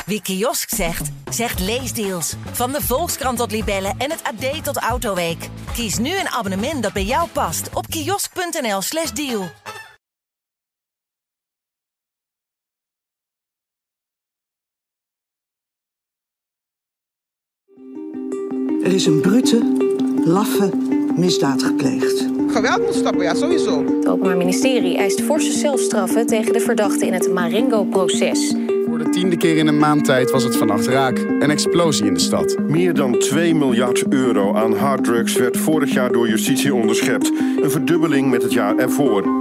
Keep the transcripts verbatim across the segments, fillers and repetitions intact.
Wie kiosk zegt, zegt leesdeals. Van de Volkskrant tot Libellen en het A D tot Autoweek. Kies nu een abonnement dat bij jou past op kiosk.nl slash deal. Er is een brute, laffe misdaad gepleegd. Geweld moet stoppen, ja, sowieso. Het Openbaar Ministerie eist forse celstraffen tegen de verdachten in het Marengo-proces. Voor de tiende keer in een maand tijd was het vannacht raak. Een explosie in de stad. Meer dan twee miljard euro aan harddrugs werd vorig jaar door justitie onderschept. Een verdubbeling met het jaar ervoor.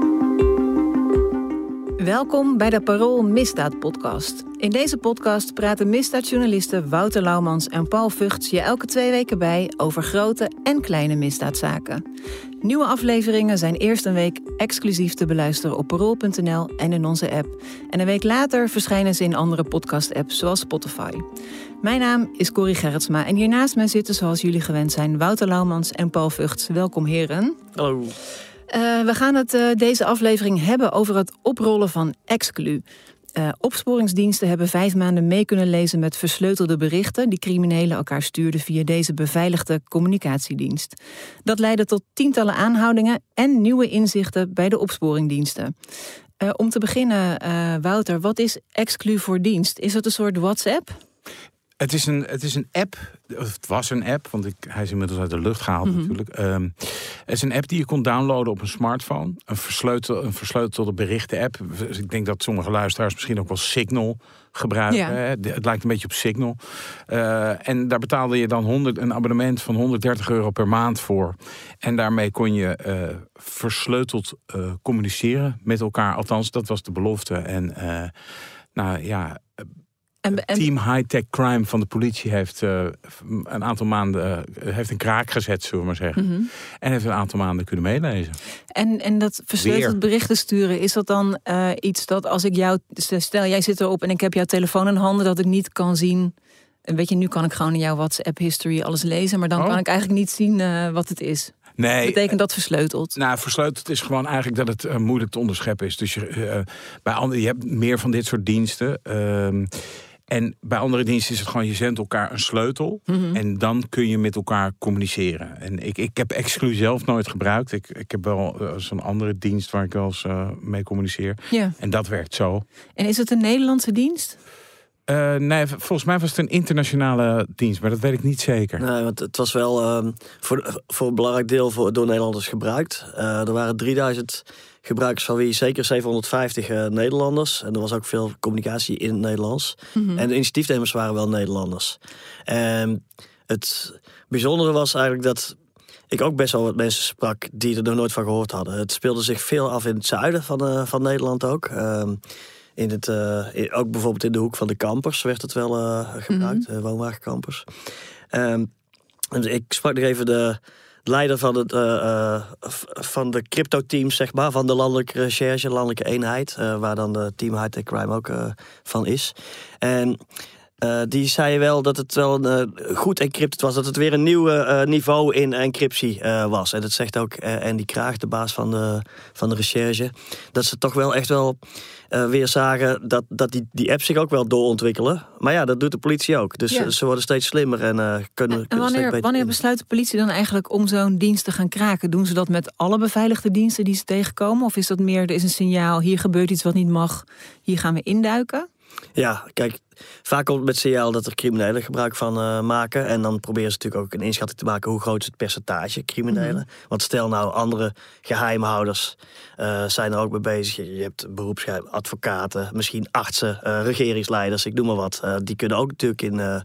Welkom bij de Parool Misdaad Podcast. In deze podcast praten misdaadjournalisten Wouter Laumans en Paul Vugts je elke twee weken bij over grote en kleine misdaadzaken. Nieuwe afleveringen zijn eerst een week exclusief te beluisteren op parool punt n l en in onze app. En een week later verschijnen ze in andere podcast-apps zoals Spotify. Mijn naam is Corrie Gerritsma en hiernaast mij zitten zoals jullie gewend zijn Wouter Laumans en Paul Vugts. Welkom heren. Hallo. Uh, we gaan het uh, deze aflevering hebben over het oprollen van Exclu. Uh, opsporingsdiensten hebben vijf maanden mee kunnen lezen met versleutelde berichten die criminelen elkaar stuurden via deze beveiligde communicatiedienst. Dat leidde tot tientallen aanhoudingen en nieuwe inzichten bij de opsporingdiensten. Uh, om te beginnen, uh, Wouter, wat is Exclu voor dienst? Is het een soort WhatsApp? Het is een, het is een app, of het was een app, want ik, hij is inmiddels uit de lucht gehaald mm-hmm. natuurlijk. Um, het is een app die je kon downloaden op een smartphone. Een, versleutel, een versleutelde berichten-app. Dus ik denk dat sommige luisteraars misschien ook wel Signal gebruiken. Ja. Hè? Het lijkt een beetje op Signal. Uh, en daar betaalde je dan honderd, een abonnement van honderddertig euro per maand voor. En daarmee kon je uh, versleuteld uh, communiceren met elkaar. Althans, dat was de belofte. En uh, nou ja... En, en... Team High-Tech Crime van de politie heeft uh, een aantal maanden uh, heeft een kraak gezet, zullen we maar zeggen. Mm-hmm. En heeft een aantal maanden kunnen meelezen. En, en dat versleuteld berichten sturen, is dat dan uh, iets dat als ik jou... Stel, jij zit erop en ik heb jouw telefoon in handen, dat ik niet kan zien... Weet je, nu kan ik gewoon in jouw WhatsApp-history alles lezen, maar dan oh. kan ik eigenlijk niet zien uh, wat het is. Nee. Betekent dat versleuteld? Nou, versleuteld is gewoon eigenlijk dat het uh, moeilijk te onderscheppen is. Dus je, uh, bij andere, je hebt meer van dit soort diensten... Uh, En bij andere diensten is het gewoon, je zendt elkaar een sleutel. Mm-hmm. En dan kun je met elkaar communiceren. En ik, ik heb Exclu zelf nooit gebruikt. Ik, ik heb wel uh, zo'n andere dienst waar ik wel eens uh, mee communiceer. Yeah. En dat werkt zo. En is het een Nederlandse dienst? Uh, nee, volgens mij was het een internationale dienst, maar dat weet ik niet zeker. Nee, want het was wel uh, voor, voor een belangrijk deel voor, door Nederlanders gebruikt. Uh, er waren drieduizend gebruikers, van wie zeker zevenhonderdvijftig uh, Nederlanders. En er was ook veel communicatie in het Nederlands. Mm-hmm. En de initiatiefnemers waren wel Nederlanders. En het bijzondere was eigenlijk dat ik ook best wel wat mensen sprak die er nog nooit van gehoord hadden. Het speelde zich veel af in het zuiden van, uh, van Nederland ook. Uh, In het, uh, ook bijvoorbeeld in de hoek van de campers werd het wel uh, gebruikt, mm-hmm. uh, woonwagencampers. Um, ik sprak nog even de leider van, het, uh, uh, van de crypto-teams, zeg maar, van de landelijke recherche, landelijke eenheid, uh, waar dan de Team High-Tech Crime ook uh, van is. En Uh, die zei wel dat het wel uh, goed encrypted was. Dat het weer een nieuw uh, niveau in encryptie uh, was. En dat zegt ook uh, Andy Kraag, de baas van de, van de recherche. Dat ze toch wel echt wel uh, weer zagen dat, dat die, die apps zich ook wel doorontwikkelen. Maar ja, dat doet de politie ook. Dus ja. ze worden steeds slimmer en uh, kunnen, en kunnen wanneer, steeds beter. Wanneer besluit de politie dan eigenlijk om zo'n dienst te gaan kraken? Doen ze dat met alle beveiligde diensten die ze tegenkomen? Of is dat meer, er is een signaal, hier gebeurt iets wat niet mag, hier gaan we induiken? Ja, kijk, vaak komt het met signaal dat er criminelen gebruik van uh, maken. En dan proberen ze natuurlijk ook een inschatting te maken hoe groot is het percentage criminelen. Mm-hmm. Want stel nou, andere geheimhouders uh, zijn er ook mee bezig. Je hebt beroepsgeheim, advocaten, misschien artsen, uh, regeringsleiders, ik noem maar wat. Uh, die kunnen ook natuurlijk in uh,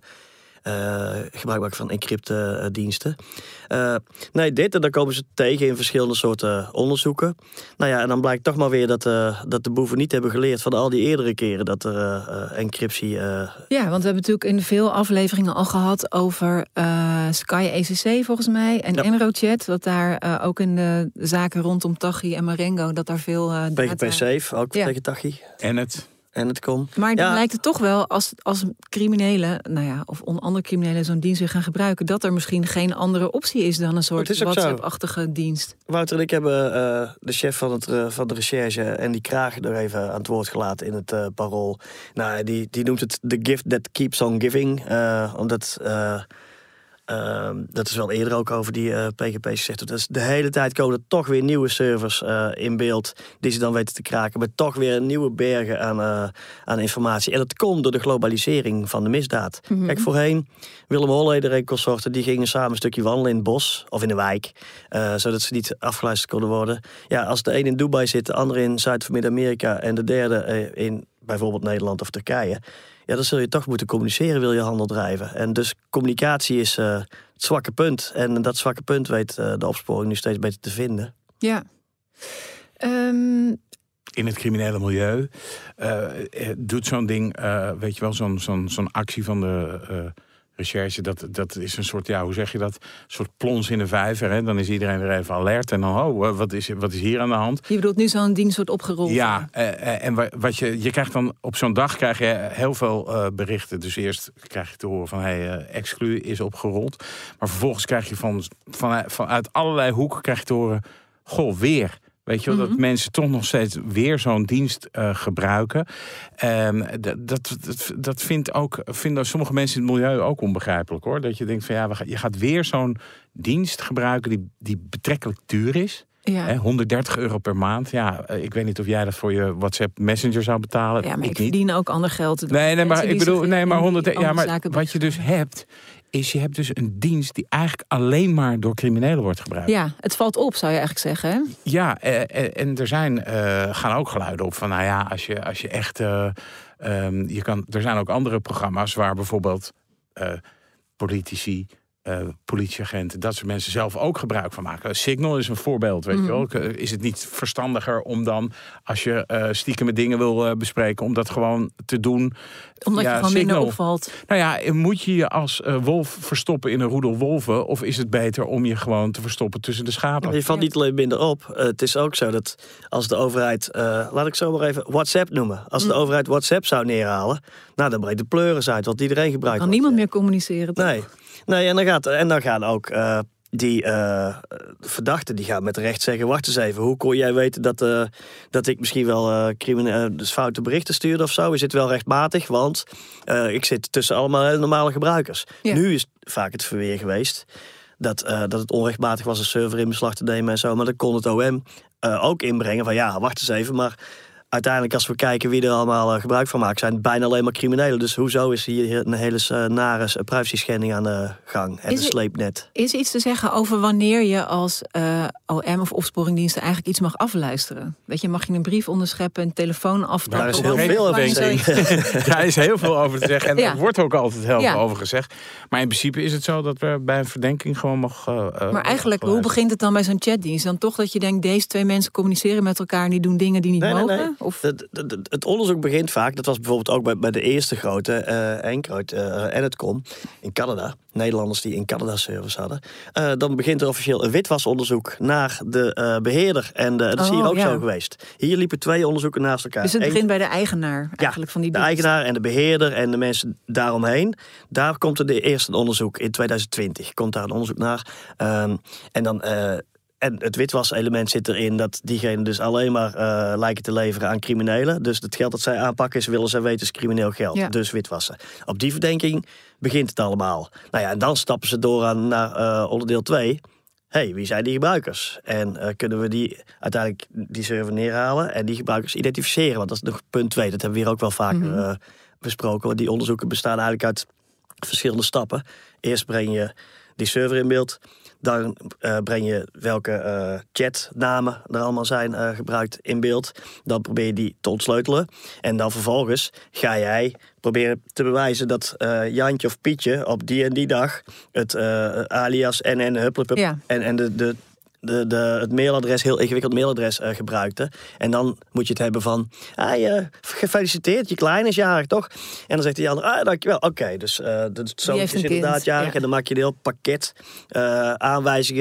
uh, gebruik maken van encrypte uh, diensten. Uh, nee, dit en dan komen ze tegen in verschillende soorten onderzoeken. Nou ja, en dan blijkt toch maar weer dat, uh, dat de boeven niet hebben geleerd van al die eerdere keren dat er uh, uh, encryptie... Uh... Ja, want we hebben natuurlijk in veel afleveringen al gehad over uh, Sky E C C volgens mij en ja. EnroChat. Dat daar uh, ook in de zaken rondom Taghi en Marengo, dat daar veel uh, data... P G P Safe, ook ja. tegen Taghi. En het... En het komt. Maar dan ja. lijkt het toch wel als, als criminelen, nou ja, of on, andere criminelen zo'n dienst weer gaan gebruiken, dat er misschien geen andere optie is dan een soort WhatsApp-achtige dienst. Wouter en ik hebben uh, de chef van, het, uh, van de recherche en die Kraag er even aan het woord gelaten in het uh, Parool. Nou, die, die noemt het the gift that keeps on giving. Uh, omdat uh, uh, dat is wel eerder ook over die uh, P G P's gezegd. Dus de hele tijd komen er toch weer nieuwe servers uh, in beeld die ze dan weten te kraken. Met toch weer nieuwe bergen aan, uh, aan informatie. En dat komt door de globalisering van de misdaad. Mm-hmm. Kijk, voorheen, Willem Holleder en consorten, die gingen samen een stukje wandelen in het bos of in de wijk. Uh, zodat ze niet afgeluisterd konden worden. Ja, als de een in Dubai zit, de ander in Zuid- of Midden-Amerika en de derde uh, in bijvoorbeeld Nederland of Turkije. Ja, dan zul je toch moeten communiceren, wil je handel drijven. En dus communicatie is uh, het zwakke punt. En dat zwakke punt weet uh, de opsporing nu steeds beter te vinden. Ja. Um... In het criminele milieu uh, doet zo'n ding, uh, weet je wel, zo'n, zo'n, zo'n actie van de uh, recherche. Dat, dat is een soort, ja, hoe zeg je dat? Een soort plons in de vijver. Hè? Dan is iedereen weer even alert. En dan, oh, wat is, wat is hier aan de hand? Je bedoelt nu zo'n ding soort opgerold? Ja, uh, en wat je, je krijgt dan op zo'n dag krijg je heel veel uh, berichten. Dus eerst krijg je te horen van, hey, uh, exclu is opgerold. Maar vervolgens krijg je van, van, vanuit allerlei hoeken krijg je te horen, goh, weer. Weet je wel, mm-hmm. dat mensen toch nog steeds weer zo'n dienst uh, gebruiken. Um, dat, dat, dat, dat vindt ook, vinden sommige mensen in het milieu ook onbegrijpelijk, hoor. Dat je denkt van ja, je gaat weer zo'n dienst gebruiken die, die betrekkelijk duur is. Ja. Hè, honderddertig euro per maand. Ja, ik weet niet of jij dat voor je WhatsApp Messenger zou betalen. Ja, maar ik, ik verdien niet. ook ander geld. Nee, nee, maar ik bedoel, nee, maar honderd. Ja, maar wat je dus hebt, is je hebt dus een dienst die eigenlijk alleen maar door criminelen wordt gebruikt. Ja, het valt op, zou je eigenlijk zeggen, hè? Ja, en, en er zijn, uh, gaan ook geluiden op van, nou ja, als je, als je echt, uh, um, je kan, er zijn ook andere programma's waar bijvoorbeeld uh, politici, Uh, politieagenten, dat soort mensen zelf ook gebruik van maken. Signal is een voorbeeld, weet mm. je wel. Is het niet verstandiger om dan, als je uh, stiekem met dingen wil uh, bespreken, om dat gewoon te doen? Omdat ja, je gewoon Signal. minder opvalt. Nou ja, moet je je als uh, wolf verstoppen in een roedel wolven, of is het beter om je gewoon te verstoppen tussen de schapen? Je valt niet alleen minder op. Uh, het is ook zo dat als de overheid, uh, laat ik zo maar even WhatsApp noemen. Als mm. de overheid WhatsApp zou neerhalen, nou dan breekt de pleuris uit, want iedereen gebruikt. Kan niemand meer communiceren, toch? Nee. Nee, en dan, gaat, en dan gaan ook uh, die uh, verdachten, die gaan met recht zeggen, wacht eens even, hoe kon jij weten dat, uh, dat ik misschien wel uh, criminele, dus foute berichten stuurde of zo? Is het wel rechtmatig, want uh, ik zit tussen allemaal hele normale gebruikers. Ja. Nu is vaak het verweer geweest dat, uh, dat het onrechtmatig was een server in beslag te nemen en zo, maar dan kon het O M uh, ook inbrengen van ja, wacht eens even, maar uiteindelijk, als we kijken wie er allemaal uh, gebruik van maakt, zijn het bijna alleen maar criminelen. Dus hoezo is hier een hele uh, nare uh, privacy-schending aan de gang? En is de sleepnet. Is er iets te zeggen over wanneer je als uh, O M of opsporingdiensten eigenlijk iets mag afluisteren? Weet je, mag je een brief onderscheppen, een telefoon aftappen? Daar is heel veel over te zeggen. Daar is heel veel over te zeggen. En ja. er wordt ook altijd heel ja. veel over gezegd. Maar in principe is het zo dat we bij een verdenking gewoon mag uh, Maar eigenlijk, hoe begint het dan bij zo'n chatdienst? Dan toch dat je denkt, deze twee mensen communiceren met elkaar en die doen dingen die niet nee, mogen? Nee, nee. Of? Het, het, het onderzoek begint vaak, dat was bijvoorbeeld ook bij, bij de eerste grote, uh, Encroach, uh, Enetcom in Canada. Nederlanders die in Canada servers hadden. Uh, dan begint er officieel een witwasonderzoek naar de uh, beheerder. En de, dat is oh, hier ook ja. zo geweest. Hier liepen twee onderzoeken naast elkaar. Dus het begint Eén, bij de eigenaar eigenlijk ja, van die de dienst. Eigenaar en de beheerder en de mensen daaromheen. Daar komt er de eerste onderzoek in twintig twintig. Komt daar een onderzoek naar. Um, en dan... Uh, En het witwaselement zit erin dat diegenen dus alleen maar uh, lijken te leveren aan criminelen. Dus het geld dat zij aanpakken is, willen zij weten, is crimineel geld. Ja. Dus witwassen. Op die verdenking begint het allemaal. Nou ja, en dan stappen ze door aan naar uh, onderdeel twee. Hé, hey, wie zijn die gebruikers? En uh, kunnen we die uiteindelijk die server neerhalen en die gebruikers identificeren? Want dat is nog punt twee. Dat hebben we hier ook wel vaker mm-hmm. uh, besproken. Want die onderzoeken bestaan eigenlijk uit verschillende stappen. Eerst breng je die server in beeld. Dan uh, breng je welke uh, chatnamen er allemaal zijn uh, gebruikt in beeld. Dan probeer je die te ontsleutelen. En dan vervolgens ga jij proberen te bewijzen dat uh, Jantje of Pietje op die en die dag het uh, alias en en hupplepup ja. en, en de... de De, de, het mailadres, heel ingewikkeld mailadres uh, gebruikte. En dan moet je het hebben van... Hey, uh, gefeliciteerd, je klein is jarig, toch? En dan zegt die ander, ah, dankjewel. Oké, okay, dus uh, de zoon is inderdaad jarig. Ja. En dan maak je een heel pakket uh, aanwijzingen...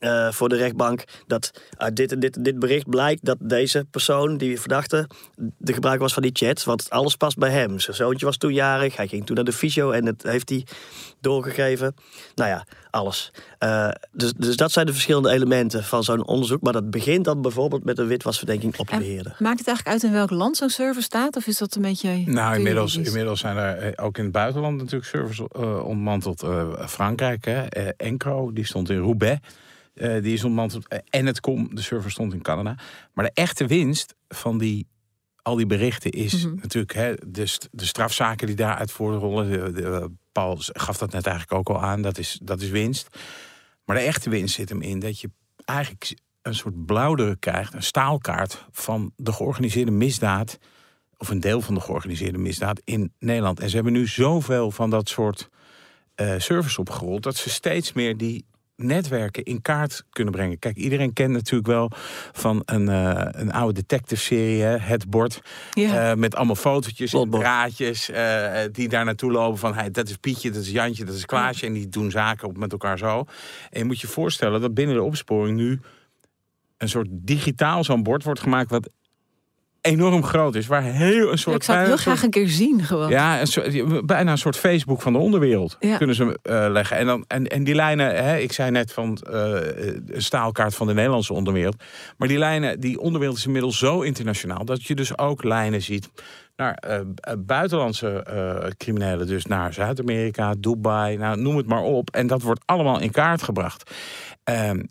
uh, voor de rechtbank dat uit dit en dit, dit bericht blijkt dat deze persoon, die verdachte, de gebruiker was van die chat. Want alles past bij hem. Zijn zoontje was toen jarig, hij ging toen naar de fysio en dat heeft hij doorgegeven. Nou ja, alles. Uh, dus, dus dat zijn de verschillende elementen van zo'n onderzoek. Maar dat begint dan bijvoorbeeld met een witwasverdenking op de beheerder. Maakt het eigenlijk uit in welk land zo'n server staat? Of is dat een beetje... Nou, inmiddels, inmiddels zijn er ook in het buitenland natuurlijk servers uh, ontmanteld. Uh, Frankrijk, hè. Uh, Encro, die stond in Roubaix. Uh, die is ontmanteld. Uh, en het com, de server stond in Canada. Maar de echte winst van die, al die berichten is mm-hmm. natuurlijk hè, de, de strafzaken die daaruit voortrollen. De, de, Paul gaf dat net eigenlijk ook al aan. Dat is, dat is winst. Maar de echte winst zit hem in dat je eigenlijk een soort blauwdruk krijgt, een staalkaart van de georganiseerde misdaad, of een deel van de georganiseerde misdaad in Nederland. En ze hebben nu zoveel van dat soort uh, services opgerold, dat ze steeds meer die netwerken in kaart kunnen brengen. Kijk, iedereen kent natuurlijk wel van een, uh, een oude detective-serie, hè, Het Bord, ja. uh, met allemaal fotootjes en draadjes uh, die daar naartoe lopen van, hey, dat is Pietje, dat is Jantje, dat is Klaasje, ja. En die doen zaken op met elkaar zo. En je moet je voorstellen dat binnen de opsporing nu een soort digitaal zo'n bord wordt gemaakt wat enorm groot is, waar heel een soort... Ja, ik zou het heel graag een keer zien gewoon. Ja, een soort, bijna een soort Facebook van de onderwereld ja. kunnen ze uh, leggen. En, dan, en, en die lijnen, hè, ik zei net van uh, een staalkaart van de Nederlandse onderwereld, maar die lijnen, die onderwereld is inmiddels zo internationaal dat je dus ook lijnen ziet naar uh, buitenlandse uh, criminelen, dus naar Zuid-Amerika, Dubai, nou, noem het maar op. En dat wordt allemaal in kaart gebracht. Um,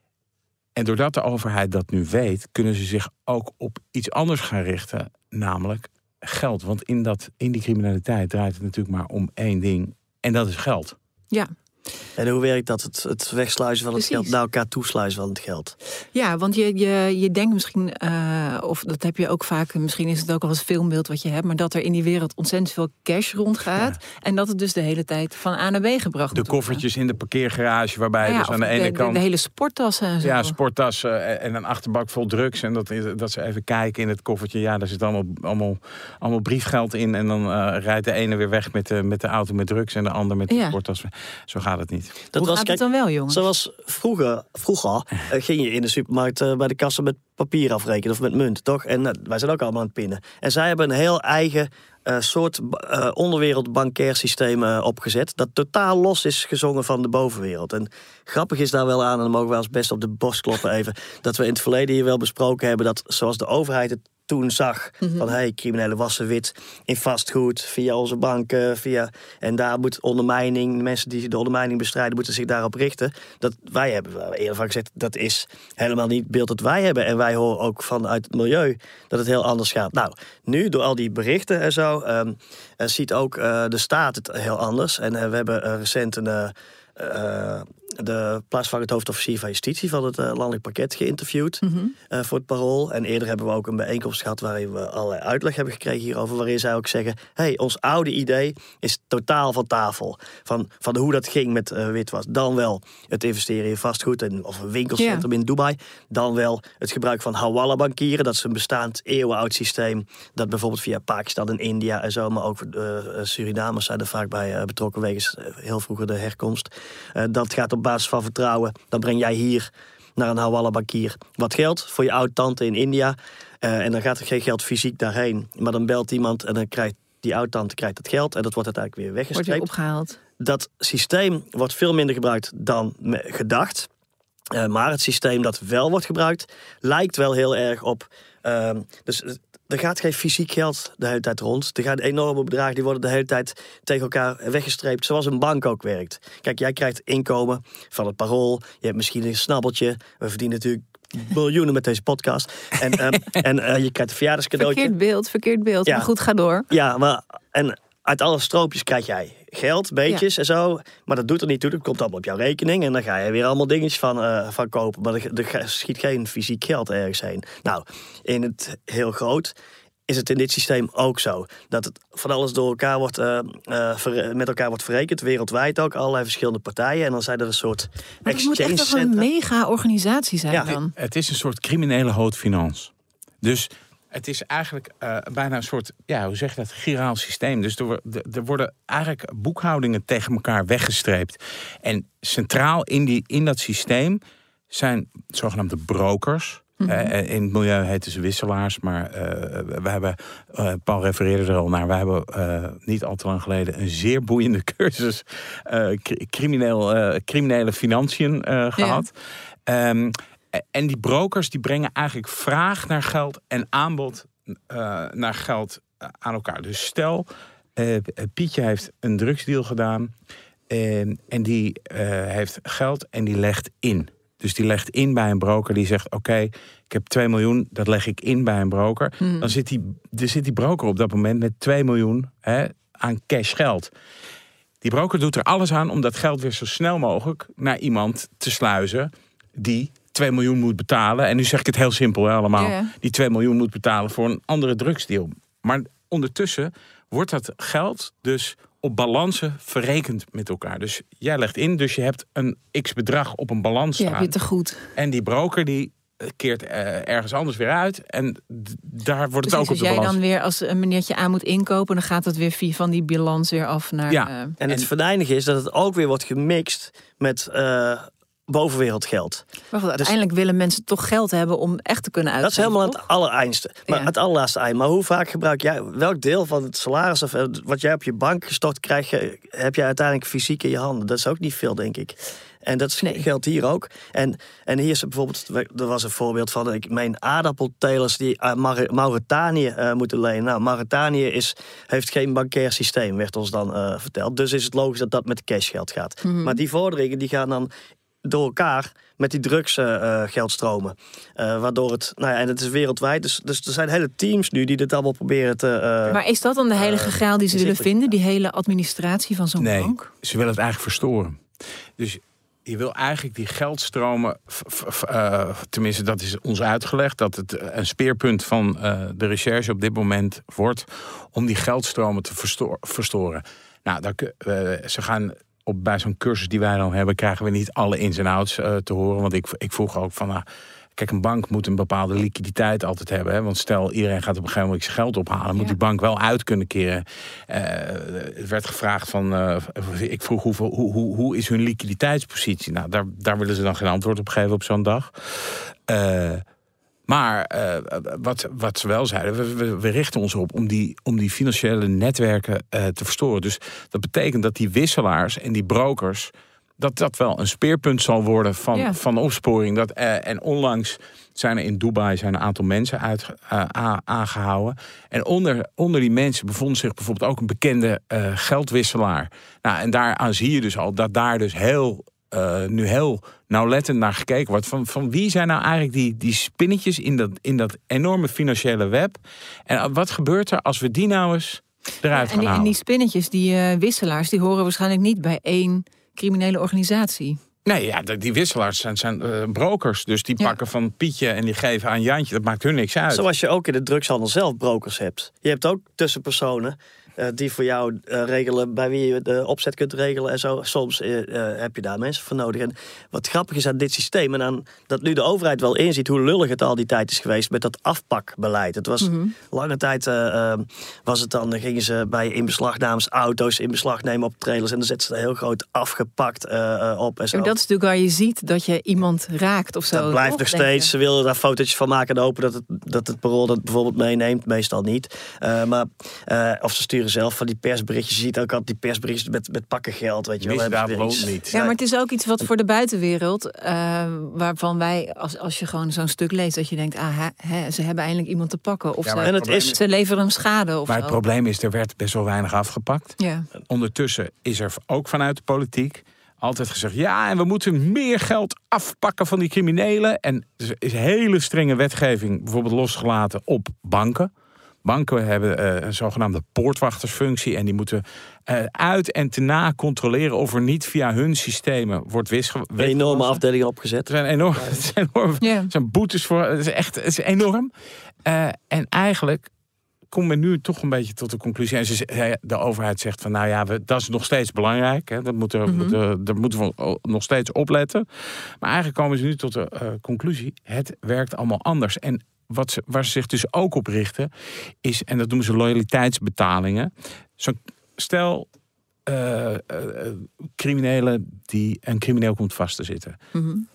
En doordat de overheid dat nu weet, kunnen ze zich ook op iets anders gaan richten, namelijk geld. Want in, dat, in die criminaliteit draait het natuurlijk maar om één ding, en dat is geld. Ja. En hoe werkt dat? Het, het wegsluizen van het Precies. geld naar elkaar toesluizen van het geld. Ja, want je, je, je denkt misschien, uh, of dat heb je ook vaak, misschien is het ook al eens filmbeeld wat je hebt, maar dat er in die wereld ontzettend veel cash rondgaat. Ja. En dat het dus de hele tijd van A naar B gebracht wordt. De koffertjes in de parkeergarage, waarbij ja, dus aan de ene de, kant... De, de hele sporttassen en zo. Ja, sporttassen en een achterbak vol drugs. En dat, dat ze even kijken in het koffertje. Ja, daar zit allemaal, allemaal, allemaal briefgeld in. En dan uh, rijdt de ene weer weg met de, met de auto met drugs en de ander met de ja. sporttassen. Zo gaat het niet. Dat Hoe was, gaat kijk, het dan wel, jongens? Zoals vroeger, vroeger uh, ging je in de supermarkt uh, bij de kassa met papier afrekenen of met munt, toch? En uh, wij zijn ook allemaal aan het pinnen. En zij hebben een heel eigen uh, soort uh, onderwereld bankair systeem uh, opgezet, dat totaal los is gezongen van de bovenwereld. En grappig is daar wel aan, en dan mogen wij als best op de borst kloppen even, dat we in het verleden hier wel besproken hebben dat zoals de overheid het toen zag mm-hmm. van hey, criminelen wassen wit in vastgoed, via onze banken, via en daar moet ondermijning, de mensen die de ondermijning bestrijden, moeten zich daarop richten. Dat wij hebben we eerder van gezegd, dat is helemaal niet het beeld dat wij hebben. En wij horen ook vanuit het milieu dat het heel anders gaat. Nou, nu door al die berichten en zo, um, uh, ziet ook uh, de staat het heel anders. En uh, we hebben uh, recent een uh, uh, de plaatsvangend hoofdofficier van justitie van het uh, landelijk pakket geïnterviewd mm-hmm. uh, voor het Parool. En eerder hebben we ook een bijeenkomst gehad waarin we allerlei uitleg hebben gekregen hierover, waarin zij ook zeggen, hey, ons oude idee is totaal van tafel. Van, van hoe dat ging met uh, witwas. Dan wel het investeren in vastgoed en, of een winkelcentrum yeah. in Dubai. Dan wel het gebruik van hawala-bankieren. Dat is een bestaand eeuwenoud systeem dat bijvoorbeeld via Pakistan en India en zo, maar ook uh, Surinamers zijn er vaak bij uh, betrokken wegens uh, heel vroeger de herkomst. Uh, dat gaat op basis van vertrouwen. Dan breng jij hier naar een hawala-bankier wat geld voor je oud-tante in India. Uh, en dan gaat er geen geld fysiek daarheen. Maar dan belt iemand en dan krijgt die oud-tante krijgt dat geld. En dat wordt uiteindelijk weer weggestreept. Wordt weer opgehaald. Dat systeem wordt veel minder gebruikt dan gedacht. Uh, maar het systeem dat wel wordt gebruikt lijkt wel heel erg op... Uh, dus er gaat geen fysiek geld de hele tijd rond. Er gaan enorme bedragen, die worden de hele tijd tegen elkaar weggestreept, zoals een bank ook werkt. Kijk, jij krijgt inkomen van het Parool. Je hebt misschien een snabbeltje. We verdienen natuurlijk miljoenen met deze podcast. En, um, en uh, je krijgt een verjaardagscadeautje. Verkeerd beeld, verkeerd beeld. Ja. Maar goed, ga door. Ja, maar... En uit alle stroopjes krijg jij geld, beetjes ja. en zo. Maar dat doet er niet toe. Dat komt allemaal op jouw rekening. En dan ga je weer allemaal dingetjes van, uh, van kopen. Maar er, er schiet geen fysiek geld ergens heen. Nou, in het heel groot is het in dit systeem ook zo. Dat het van alles door elkaar wordt, uh, uh, ver, met elkaar wordt verrekend. Wereldwijd ook. Allerlei verschillende partijen. En dan zijn er een soort maar het moet echt toch een mega organisatie zijn ja, dan? Het is een soort criminele haute finance. Dus... Het is eigenlijk uh, bijna een soort, ja, hoe zeg je dat, giraal systeem. Dus er, er worden eigenlijk boekhoudingen tegen elkaar weggestreept. En centraal in, die, in dat systeem zijn zogenaamde brokers. Mm-hmm. Uh, in het milieu heten ze wisselaars, maar uh, we hebben, uh, Paul refereerde er al naar, we hebben uh, niet al te lang geleden een zeer boeiende cursus uh, crimineel, uh, criminele financiën uh, gehad. Ja. Um, en die brokers die brengen eigenlijk vraag naar geld en aanbod uh, naar geld uh, aan elkaar. Dus stel, uh, Pietje heeft een drugsdeal gedaan uh, en die uh, heeft geld en die legt in. Dus die legt in bij een broker die zegt, oké, okay, ik heb twee miljoen, dat leg ik in bij een broker. Hmm. Dan zit die, er zit die broker op dat moment met twee miljoen hè, aan cash geld. Die broker doet er alles aan om dat geld weer zo snel mogelijk naar iemand te sluizen die twee miljoen moet betalen. En nu zeg ik het heel simpel hè, allemaal. Yeah. Die twee miljoen moet betalen voor een andere drugsdeal. Maar ondertussen wordt dat geld dus op balansen verrekend met elkaar. Dus jij legt in, dus je hebt een x-bedrag op een balans staan. Ja, weer te goed. En die broker die keert uh, ergens anders weer uit. En d- daar wordt het Precies, ook op dus de jij balans. Dan weer, als een meneertje aan moet inkopen, dan gaat het weer via van die balans weer af naar... Ja. Uh, en het venijnige is dat het ook weer wordt gemixt met Uh, bovenwereldgeld. Maar goed, uiteindelijk dus, willen mensen toch geld hebben om echt te kunnen uitgeven. Dat is helemaal toch? Het allereindste. Maar ja. Het allerlaatste eind. Maar hoe vaak gebruik jij, welk deel van het salaris of wat jij op je bank gestort krijg je, heb je uiteindelijk fysiek in je handen? Dat is ook niet veel, denk ik. En dat nee. geldt hier ook. En, en hier is bijvoorbeeld, er was een voorbeeld van, ik meen aardappeltelers die uit Mauritanië uh, moeten lenen. Nou, Mauritanië is, heeft geen bankair systeem, werd ons dan uh, verteld. Dus is het logisch dat dat met cashgeld gaat. Mm-hmm. Maar die vorderingen die gaan dan door elkaar met die drugsgeldstromen. Uh, uh, waardoor het, nou ja, en het is wereldwijd. Dus, dus er zijn hele teams nu die dit allemaal proberen te... Uh, maar is dat dan de heilige uh, graal die ze willen vinden? Die hele administratie van zo'n nee, bank? Ze willen het eigenlijk verstoren. Dus je wil eigenlijk die geldstromen, f- f- uh, tenminste dat is ons uitgelegd, dat het een speerpunt van uh, de recherche op dit moment wordt om die geldstromen te versto- verstoren. Nou, daar, uh, ze gaan op, bij zo'n cursus die wij dan hebben, krijgen we niet alle ins en outs uh, te horen. Want ik, ik vroeg ook van, nou, kijk, een bank moet een bepaalde liquiditeit altijd hebben. Hè? Want stel, iedereen gaat op een gegeven moment zijn geld ophalen. Ja. Moet die bank wel uit kunnen keren. Uh, het werd gevraagd van, uh, ik vroeg hoeveel, hoe, hoe, hoe is hun liquiditeitspositie? Nou, daar, daar willen ze dan geen antwoord op geven op zo'n dag. Uh, Maar uh, wat, wat ze wel zeiden, we, we, we richten ons op om die, om die financiële netwerken uh, te verstoren. Dus dat betekent dat die wisselaars en die brokers, dat dat wel een speerpunt zal worden van, ja. van de opsporing. Dat, uh, en onlangs zijn er in Dubai zijn een aantal mensen uit, uh, aangehouden. En onder, onder die mensen bevond zich bijvoorbeeld ook een bekende uh, geldwisselaar. Nou, en daaraan zie je dus al dat daar dus heel... Uh, nu heel nauwlettend naar gekeken wordt. Van, van wie zijn nou eigenlijk die, die spinnetjes in dat, in dat enorme financiële web? En wat gebeurt er als we die nou eens eruit ja, gaan en die, halen? En die spinnetjes, die uh, wisselaars, die horen waarschijnlijk niet bij één criminele organisatie. Nee, ja, die wisselaars zijn, zijn uh, brokers. Dus die ja. pakken van Pietje en die geven aan Jantje. Dat maakt hun niks uit. Zoals je ook in de drugshandel zelf brokers hebt. Je hebt ook tussenpersonen Uh, die voor jou uh, regelen bij wie je de opzet kunt regelen en zo. Soms uh, uh, heb je daar mensen voor nodig. En wat grappig is aan dit systeem, en aan dat nu de overheid wel inziet hoe lullig het al die tijd is geweest met dat afpakbeleid. Het was mm-hmm. lange tijd uh, uh, was het dan, dan gingen ze bij inbeslagnames auto's in beslag nemen op trailers en dan zetten ze er heel groot afgepakt uh, uh, op. En zo. En dat is natuurlijk waar je ziet dat je iemand raakt of zo. Dat blijft nog steeds. Ze willen daar fotootjes van maken en hopen dat het, dat het parool dat bijvoorbeeld meeneemt. Meestal niet. Uh, maar uh, of ze sturen zelf van die persberichtjes. Je ziet ook altijd die persberichtjes met, met pakken geld. Weet je wel. Misdaad loont niet. Ja, maar het is ook iets wat voor de buitenwereld, uh, waarvan wij, als, als je gewoon zo'n stuk leest, dat je denkt, ah, hè, ze hebben eindelijk iemand te pakken. Of ja, ze, en het is, ze leveren hem schade. Of maar zo. Het probleem is, er werd best wel weinig afgepakt. Ja. Ondertussen is er ook vanuit de politiek altijd gezegd, ja, en we moeten meer geld afpakken van die criminelen. En er is hele strenge wetgeving bijvoorbeeld losgelaten op banken. Banken hebben uh, een zogenaamde poortwachtersfunctie en die moeten uh, uit en te na controleren of er niet via hun systemen wordt wisgewassen. Een enorme afdelingen opgezet. Er zijn enorm, ja. het zijn, enorm, yeah. het zijn boetes voor. Het is echt, het is enorm. Uh, en eigenlijk komt men nu toch een beetje tot de conclusie. En ze, de overheid zegt van, nou ja, we, dat is nog steeds belangrijk. Hè, dat moeten, mm-hmm. moeten, daar moeten we nog steeds opletten. Maar eigenlijk komen ze nu tot de uh, conclusie, het werkt allemaal anders. En wat ze, waar ze zich dus ook op richten, is, en dat noemen ze loyaliteitsbetalingen. Zo, stel, uh, uh, criminelen die een crimineel komt vast te zitten. Mm-hmm.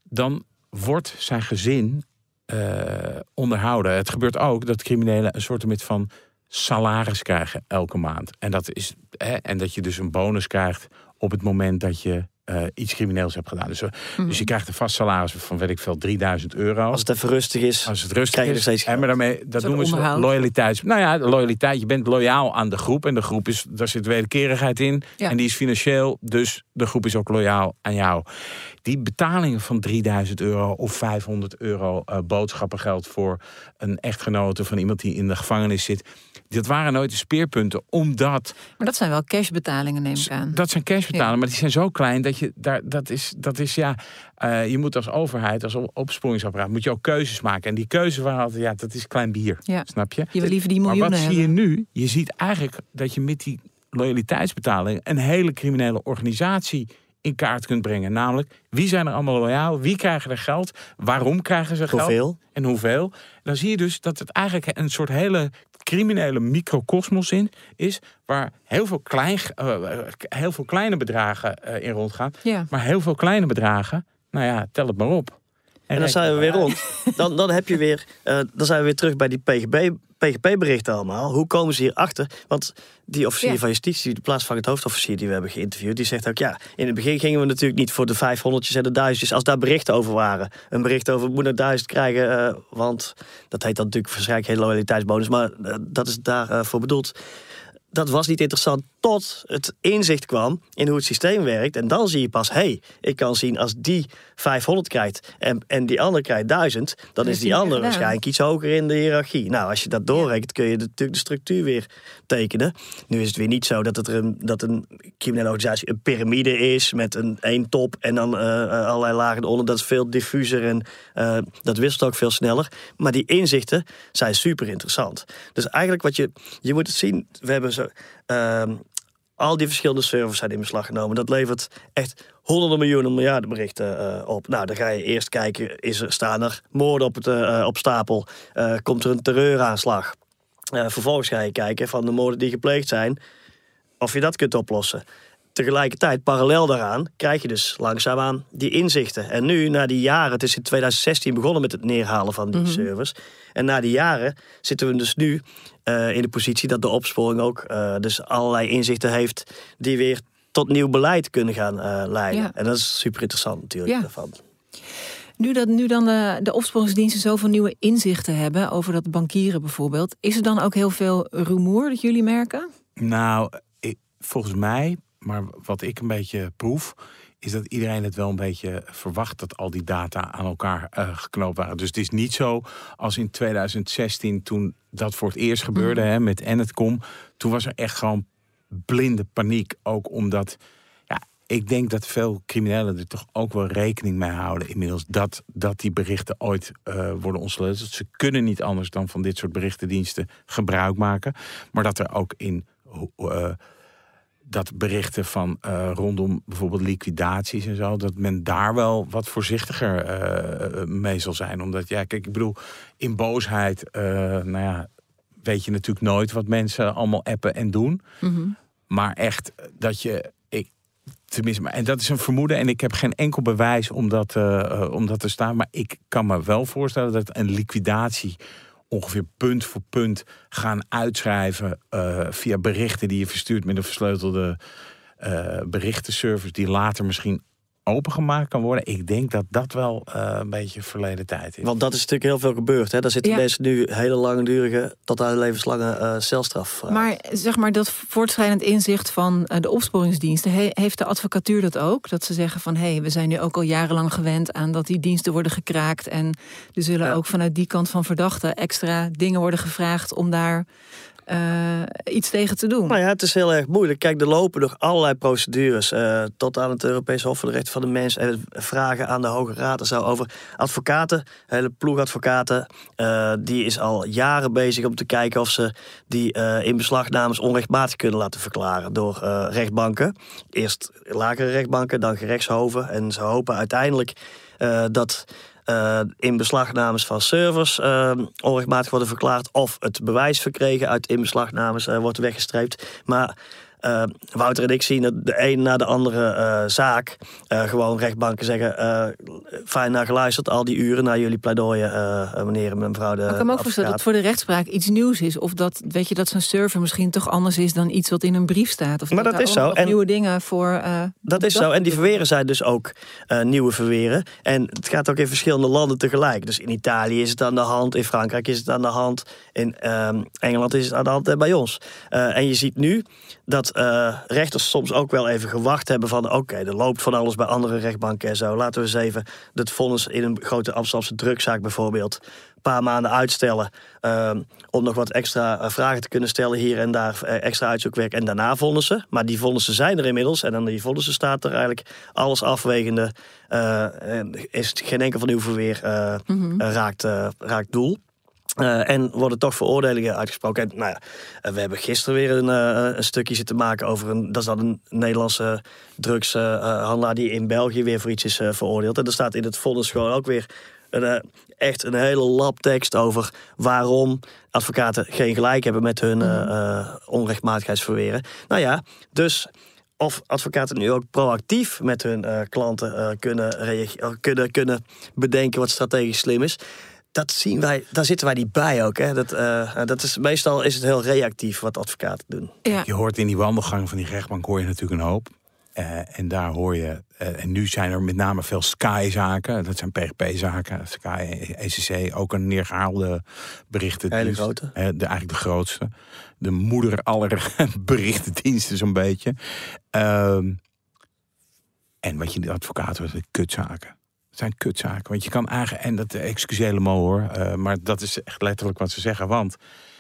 dan wordt zijn gezin uh, onderhouden. Het gebeurt ook dat criminelen een soort van salaris krijgen elke maand. En dat, is, hè, en dat je dus een bonus krijgt op het moment dat je Uh, iets crimineels hebt gedaan. Dus, uh, mm-hmm. dus je krijgt een vast salaris van, weet ik veel, drieduizend euro. Als het even rustig is, Als het rustig krijg je is. steeds En maar daarmee, dat doen we zo loyaliteits. Nou ja, loyaliteit. Je bent loyaal aan de groep. En de groep is, daar zit wederkerigheid in. Ja. En die is financieel. Dus de groep is ook loyaal aan jou. Die betalingen van drieduizend euro of vijfhonderd euro uh, boodschappengeld voor een echtgenote van iemand die in de gevangenis zit. Dat waren nooit de speerpunten, omdat... Maar dat zijn wel cashbetalingen, neem ik aan. Dat zijn cashbetalingen, ja. Maar die zijn zo klein dat je daar, dat is, dat is ja, uh, je moet als overheid, als opsporingsapparaat, moet je ook keuzes maken. En die keuze waren altijd, ja, dat is klein bier, ja. Snap je? Je wil liever die miljoenen Maar wat hebben. zie je nu? Je ziet eigenlijk dat je met die loyaliteitsbetaling een hele criminele organisatie in kaart kunt brengen. Namelijk, wie zijn er allemaal loyaal? Wie krijgen er geld? Waarom krijgen ze geld? Hoeveel? En hoeveel? Dan zie je dus dat het eigenlijk een soort hele criminele microcosmos in is, waar heel veel, klein, uh, heel veel kleine bedragen uh, in rondgaan. Ja. Maar heel veel kleine bedragen, nou ja, tel het maar op. En, en dan zijn we weer rond. Dan, dan heb je weer, uh, dan zijn we weer terug bij die P G B, P G P-berichten allemaal. Hoe komen ze hierachter? Want die officier ja. van justitie, de plaatsvangend hoofdofficier die we hebben geïnterviewd, die zegt ook, ja, in het begin gingen we natuurlijk niet voor de vijfhonderdjes en de duizendjes, als daar berichten over waren. Een bericht over, moet naar duizend krijgen, uh, want dat heet dan natuurlijk waarschijnlijk geen loyaliteitsbonus, maar uh, dat is daarvoor uh, voor bedoeld. Dat was niet interessant tot het inzicht kwam in hoe het systeem werkt. En dan zie je pas, hé, hey, ik kan zien als die vijfhonderd krijgt en, en die andere krijgt duizend, dan is, is die andere waarschijnlijk iets hoger in de hiërarchie. Nou, als je dat doorrekent, kun je de, natuurlijk de structuur weer tekenen. Nu is het weer niet zo dat, het er een, dat een criminele organisatie een piramide is met een één top en dan uh, allerlei lagen eronder. Dat is veel diffuser en uh, dat wisselt ook veel sneller. Maar die inzichten zijn super interessant. Dus eigenlijk wat je, je moet het zien, we hebben zo... Uh, al die verschillende servers zijn in beslag genomen. Dat levert echt honderden miljoenen miljarden berichten uh, op. Nou, dan ga je eerst kijken, is er, staan er moorden op, het, uh, op stapel? Uh, komt er een terreuraanslag? Uh, vervolgens ga je kijken van de moorden die gepleegd zijn, of je dat kunt oplossen. Tegelijkertijd, parallel daaraan, krijg je dus langzaamaan die inzichten. En nu, na die jaren, het is in twintig zestien begonnen met het neerhalen van die mm-hmm. servers. En na die jaren zitten we dus nu uh, in de positie dat de opsporing ook uh, dus allerlei inzichten heeft die weer tot nieuw beleid kunnen gaan uh, leiden. Ja. En dat is super interessant natuurlijk. Ja. Daarvan. Nu, dat, nu dan de, de opsporingsdiensten zoveel nieuwe inzichten hebben over dat bankieren bijvoorbeeld, is er dan ook heel veel rumoer dat jullie merken? Nou, ik, volgens mij, maar wat ik een beetje proef, is dat iedereen het wel een beetje verwacht dat al die data aan elkaar uh, geknoopt waren. Dus het is niet zo als in twintig zestien toen dat voor het eerst gebeurde, mm. hè, met Enetcom. Toen was er echt gewoon blinde paniek. Ook omdat, ja, ik denk dat veel criminelen er toch ook wel rekening mee houden inmiddels dat, dat die berichten ooit uh, worden ontsleuteld. Ze kunnen niet anders dan van dit soort berichtendiensten gebruik maken. Maar dat er ook in Uh, dat berichten van uh, rondom bijvoorbeeld liquidaties en zo, dat men daar wel wat voorzichtiger uh, mee zal zijn. Omdat, ja, kijk, ik bedoel, in boosheid, uh, nou ja, weet je natuurlijk nooit wat mensen allemaal appen en doen. Mm-hmm. Maar echt, dat je, ik, tenminste, maar, en dat is een vermoeden en ik heb geen enkel bewijs om dat, uh, om dat te staan. Maar ik kan me wel voorstellen dat een liquidatie ongeveer punt voor punt gaan uitschrijven uh, via berichten die je verstuurt met een versleutelde uh, berichtenservice die later misschien opengemaakt kan worden. Ik denk dat dat wel uh, een beetje verleden tijd is. Want dat is natuurlijk heel veel gebeurd. Hè? Daar zitten ja. mensen nu hele langdurige tot aan levenslange uh, celstraf. Uh. Maar zeg maar dat voortschrijdend inzicht van uh, de opsporingsdiensten, he, heeft de advocatuur dat ook? Dat ze zeggen van, hé, hey, we zijn nu ook al jarenlang gewend aan dat die diensten worden gekraakt en er zullen ja. ook vanuit die kant van verdachten extra dingen worden gevraagd om daar Uh, iets tegen te doen. Nou ja, het is heel erg moeilijk. Kijk, er lopen nog allerlei procedures uh, tot aan het Europees Hof voor de Rechten van de Mens en vragen aan de Hoge Raad en zo over advocaten, hele ploeg advocaten, uh, die is al jaren bezig om te kijken of ze die uh, inbeslagnames onrechtmatig kunnen laten verklaren door uh, rechtbanken. Eerst lagere rechtbanken, dan gerechtshoven en ze hopen uiteindelijk uh, dat Uh, inbeslagnames van servers uh, onrechtmatig worden verklaard of het bewijs verkregen uit inbeslagnames uh, wordt weggestreept. Maar Uh, Wouter en ik zien dat de een na de andere uh, zaak uh, gewoon rechtbanken zeggen, uh, fijn naar geluisterd, al die uren naar jullie pleidooien, uh, meneer en mevrouw de Ik kan me ook voorstellen dat het voor de rechtspraak iets nieuws is. Of dat, weet je, dat zo'n server misschien toch anders is dan iets wat in een brief staat. Of maar dat, dat is zo. En nieuwe dingen voor. Uh, dat is zo. En die verweren zijn dus ook uh, nieuwe verweren. En het gaat ook in verschillende landen tegelijk. Dus in Italië is het aan de hand, in Frankrijk is het aan de hand, in uh, Engeland is het aan de hand en bij ons. Uh, en je ziet nu dat uh, rechters soms ook wel even gewacht hebben van oké, okay, er loopt van alles bij andere rechtbanken en zo. Laten we eens even het vonnis in een grote Amsterdamse drugzaak bijvoorbeeld een paar maanden uitstellen. Uh, om nog wat extra uh, vragen te kunnen stellen hier en daar, uh, extra uitzoekwerk en daarna vonnissen. Maar die vonnissen zijn er inmiddels en aan die vonnissen staat er eigenlijk alles afwegende. Uh, is het geen enkel van uw verweer uh, mm-hmm. uh, raakt, uh, raakt doel. Uh, en worden toch veroordelingen uitgesproken. En, nou ja, uh, we hebben gisteren weer een, uh, een stukje zitten maken over een, dat is dan een Nederlandse drugshandelaar uh, die in België weer voor iets is uh, veroordeeld. En er staat in het vonnis gewoon ook weer een, uh, echt een hele lap tekst over waarom advocaten geen gelijk hebben met hun uh, uh, onrechtmatigheidsverweren. Nou ja, dus of advocaten nu ook proactief met hun uh, klanten uh, kunnen, reage- kunnen, kunnen bedenken wat strategisch slim is. Dat zien wij, daar zitten wij niet bij ook. Hè. Dat, uh, dat is, meestal is het heel reactief wat advocaten doen. Ja. Je hoort in die wandelgang van die rechtbank hoor je natuurlijk een hoop. Uh, en daar hoor je, uh, en nu zijn er met name veel Sky-zaken. Dat zijn P G P-zaken, Sky, E C C, ook een neergehaalde berichten. Hele grote. Uh, de, eigenlijk de grootste. De moeder aller berichtendiensten zo'n beetje. Uh, en wat je de advocaten was, de kutzaken. Het zijn kutzaken, want je kan eigenlijk, en dat excuseer me hoor, uh, maar dat is echt letterlijk wat ze zeggen, want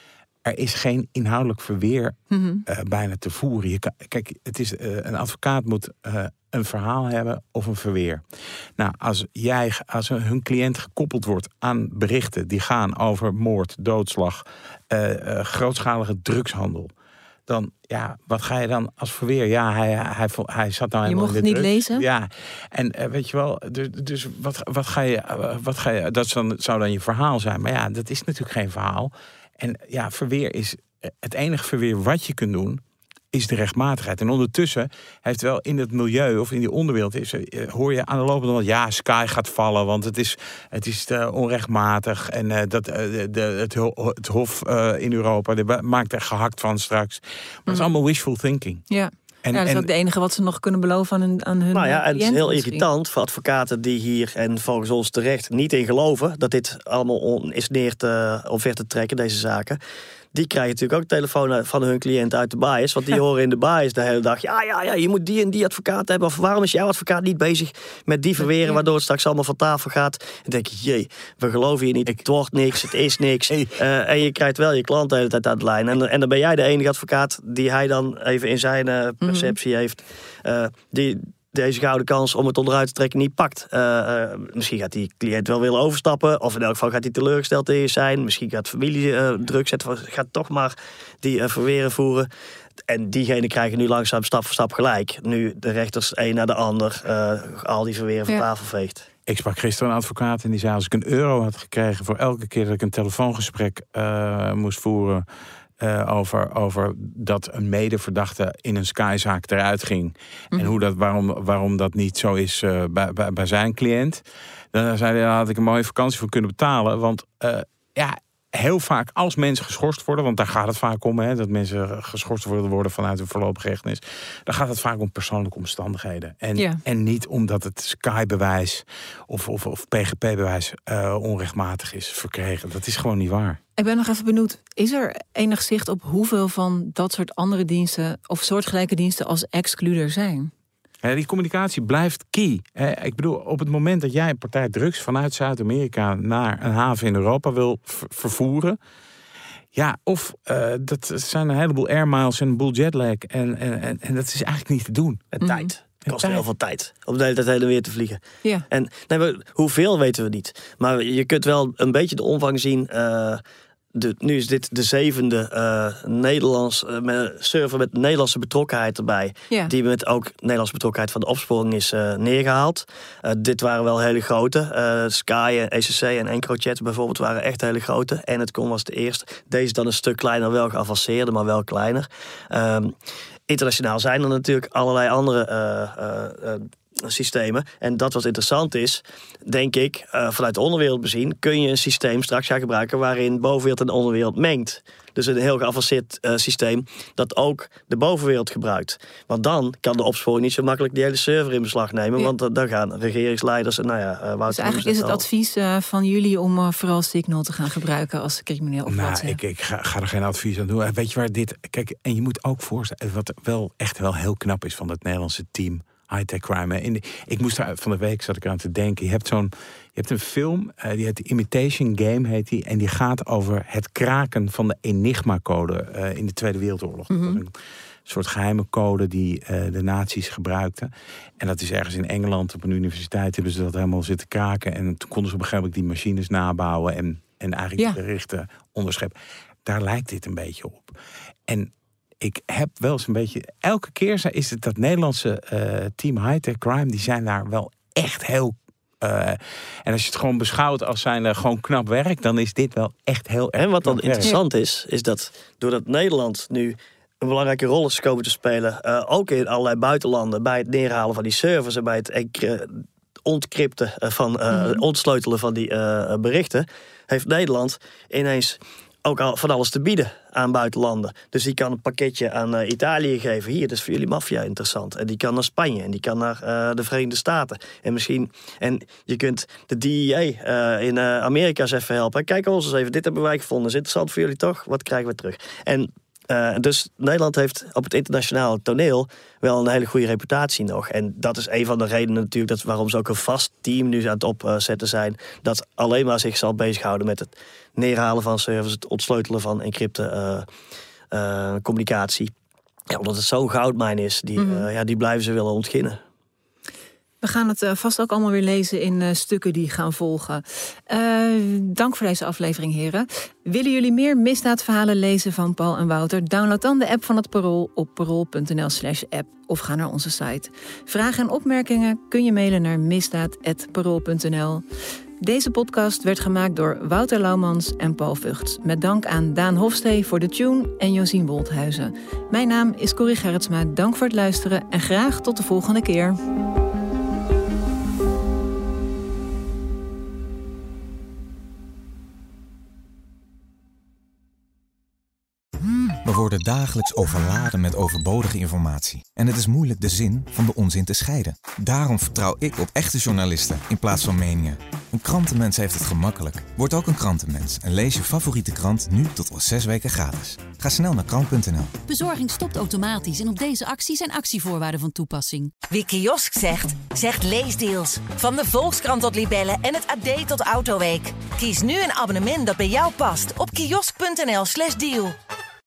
er is geen inhoudelijk verweer mm-hmm. uh, bijna te voeren. Je kan, kijk, het is, uh, een advocaat moet uh, een verhaal hebben of een verweer. Nou, als jij, als hun cliënt gekoppeld wordt aan berichten die gaan over moord, doodslag, uh, uh, grootschalige drugshandel, dan, ja, wat ga je dan als verweer? Ja, hij, hij, hij, hij zat nou helemaal in de Je mocht het niet drugs. lezen? Ja, en uh, weet je wel, dus, dus wat, wat, ga je, uh, wat ga je, dat zou, zou dan je verhaal zijn. Maar ja, dat is natuurlijk geen verhaal. En ja, verweer is, het enige verweer wat je kunt doen, is de rechtmatigheid. En ondertussen heeft wel in het milieu of in die onderwereld is, uh, hoor je aan de lopende band, ja, Sky gaat vallen, want het is, het is uh, onrechtmatig en uh, dat, uh, de, de, het, het Hof uh, in Europa de, maakt er gehakt van straks. Maar mm. het is allemaal wishful thinking. Ja. En, ja, dat is en, ook het enige wat ze nog kunnen beloven aan hun, aan hun nou ja, en het is heel misschien. irritant voor advocaten die hier, en volgens ons terecht, niet in geloven dat dit allemaal on, is neer te, omver te trekken, deze zaken. Die krijgen natuurlijk ook telefoon van hun cliënt uit de bias. Want die ja. horen in de bias de hele dag. Ja, ja, ja, je moet die en die advocaat hebben. Of waarom is jouw advocaat niet bezig met die verweren, waardoor het straks allemaal van tafel gaat. En dan denk je, jee, we geloven hier niet. Het wordt niks, het is niks. Uh, en je krijgt wel je klant de hele tijd aan de lijn. En, en dan ben jij de enige advocaat die hij dan even in zijn uh, perceptie mm-hmm. heeft. Uh, die... deze gouden kans om het onderuit te trekken niet pakt. Uh, uh, misschien gaat die cliënt wel willen overstappen. Of in elk geval gaat hij teleurgesteld in je zijn. Misschien gaat familie uh, druk zetten. Gaat toch maar die uh, verweren voeren. En diegenen krijgen nu langzaam stap voor stap gelijk. Nu de rechters een na de ander uh, al die verweren van ja. tafel veegt. Ik sprak gisteren een advocaat en die zei, als ik een euro had gekregen voor elke keer dat ik een telefoongesprek uh, moest voeren Uh, over, over dat een medeverdachte in een Sky-zaak eruit ging. Mm-hmm. En hoe dat, waarom, waarom dat niet zo is uh, bij, bij, bij zijn cliënt. Dan zei hij, daar had ik een mooie vakantie voor kunnen betalen. Want uh, ja, heel vaak als mensen geschorst worden, want daar gaat het vaak om, hè, dat mensen geschorst worden, worden vanuit een voorlopige hechtenis, dan gaat het vaak om persoonlijke omstandigheden. En, ja. en niet omdat het Sky-bewijs of, of, of P G P-bewijs uh, onrechtmatig is verkregen. Dat is gewoon niet waar. Ik ben nog even benieuwd, is er enig zicht op hoeveel van dat soort andere diensten of soortgelijke diensten als excluder zijn? Ja, die communicatie blijft key. Ik bedoel, op het moment dat jij een partij drugs vanuit Zuid-Amerika naar een haven in Europa wil v- vervoeren, ja, of uh, dat zijn een heleboel air miles en een boel jetlag en, en, en, en dat is eigenlijk niet te doen. En mm-hmm. tijd. Het kost tijd. heel veel tijd om de hele tijd heen en weer te vliegen. Ja. En nee, maar hoeveel weten we niet. Maar je kunt wel een beetje de omvang zien. Uh, De, nu is dit de zevende uh, Nederlands, uh, met server met Nederlandse betrokkenheid erbij. Ja. Die met ook Nederlandse betrokkenheid van de opsporing is uh, neergehaald. Uh, dit waren wel hele grote. Uh, Sky, E C C en EncroChat bijvoorbeeld waren echt hele grote. En het kon was de eerste. Deze dan een stuk kleiner, wel geavanceerder, maar wel kleiner. Um, internationaal zijn er natuurlijk allerlei andere uh, uh, uh, systemen. En dat wat interessant is, denk ik, uh, vanuit de onderwereld bezien, kun je een systeem straks gaan gebruiken waarin bovenwereld en onderwereld mengt. Dus een heel geavanceerd uh, systeem dat ook de bovenwereld gebruikt. Want dan kan de opsporing niet zo makkelijk die hele server in beslag nemen. Ja. Want uh, dan gaan regeringsleiders en nou ja... Uh, dus eigenlijk is het advies uh, van jullie om uh, vooral Signal te gaan gebruiken als crimineel of nou, wat? Ik, ik ga, ga er geen advies aan doen. Weet je waar dit... Kijk, en je moet ook voorstellen, wat wel echt wel heel knap is van het Nederlandse team... High-tech crime. In de, ik moest daar van de week zat ik aan te denken. Je hebt zo'n, je hebt een film, uh, die heet The Imitation Game heet die, en die gaat over het kraken van de Enigma-code uh, in de Tweede Wereldoorlog. Mm-hmm. Een soort geheime code die uh, de nazi's gebruikten. En dat is ergens in Engeland op een universiteit hebben ze dat helemaal zitten kraken. En toen konden ze op een gegeven moment die machines nabouwen en en eigenlijk ja. berichten onderscheppen. Daar lijkt dit een beetje op. En ik heb wel eens een beetje... Elke keer is het dat Nederlandse uh, team High-tech crime... die zijn daar wel echt heel... Uh, en als je het gewoon beschouwt als zijn uh, gewoon knap werk... dan is dit wel echt heel erg. En wat dan werk. interessant is... is dat doordat Nederland nu een belangrijke rol is komen te spelen... Uh, ook in allerlei buitenlanden... bij het neerhalen van die servers... en bij het uh, ontkrypten van... Uh, mm-hmm. ontsleutelen van die uh, berichten... heeft Nederland ineens... ook al van alles te bieden aan buitenlanden. Dus die kan een pakketje aan uh, Italië geven. Hier, dat is voor jullie maffia interessant. En die kan naar Spanje. En die kan naar uh, de Verenigde Staten. En misschien... En je kunt de D E A uh, in uh, Amerika eens even helpen. Kijk ons eens even. Dit hebben wij gevonden. Is interessant voor jullie toch? Wat krijgen we terug? En uh, dus Nederland heeft op het internationale toneel wel een hele goede reputatie nog. En dat is een van de redenen natuurlijk dat waarom ze ook een vast team nu aan het opzetten zijn. Dat alleen maar zich zal bezighouden met het neerhalen van servers, het ontsleutelen van encrypte uh, uh, communicatie. Ja, omdat het zo'n goudmijn is, die, mm-hmm. uh, ja, die blijven ze willen ontginnen. We gaan het uh, vast ook allemaal weer lezen in uh, stukken die gaan volgen. Uh, dank voor deze aflevering, heren. Willen jullie meer misdaadverhalen lezen van Paul en Wouter? Download dan de app van het Parool op parool.nl slash app of ga naar onze site. Vragen en opmerkingen kun je mailen naar misdaad apenstaartje parool punt n l. Deze podcast werd gemaakt door Wouter Laumans en Paul Vugts. Met dank aan Daan Hofstee voor de tune en Josien Wolthuizen. Mijn naam is Corrie Gerritsma. Dank voor het luisteren en graag tot de volgende keer. We worden dagelijks overladen met overbodige informatie. En het is moeilijk de zin van de onzin te scheiden. Daarom vertrouw ik op echte journalisten in plaats van meningen. Een krantenmens heeft het gemakkelijk. Word ook een krantenmens en lees je favoriete krant nu tot al zes weken gratis. Ga snel naar krant punt n l. Bezorging stopt automatisch en op deze actie zijn actievoorwaarden van toepassing. Wie kiosk zegt, zegt leesdeals. Van de Volkskrant tot Libellen en het A D tot Autoweek. Kies nu een abonnement dat bij jou past op kiosk punt n l slash deal.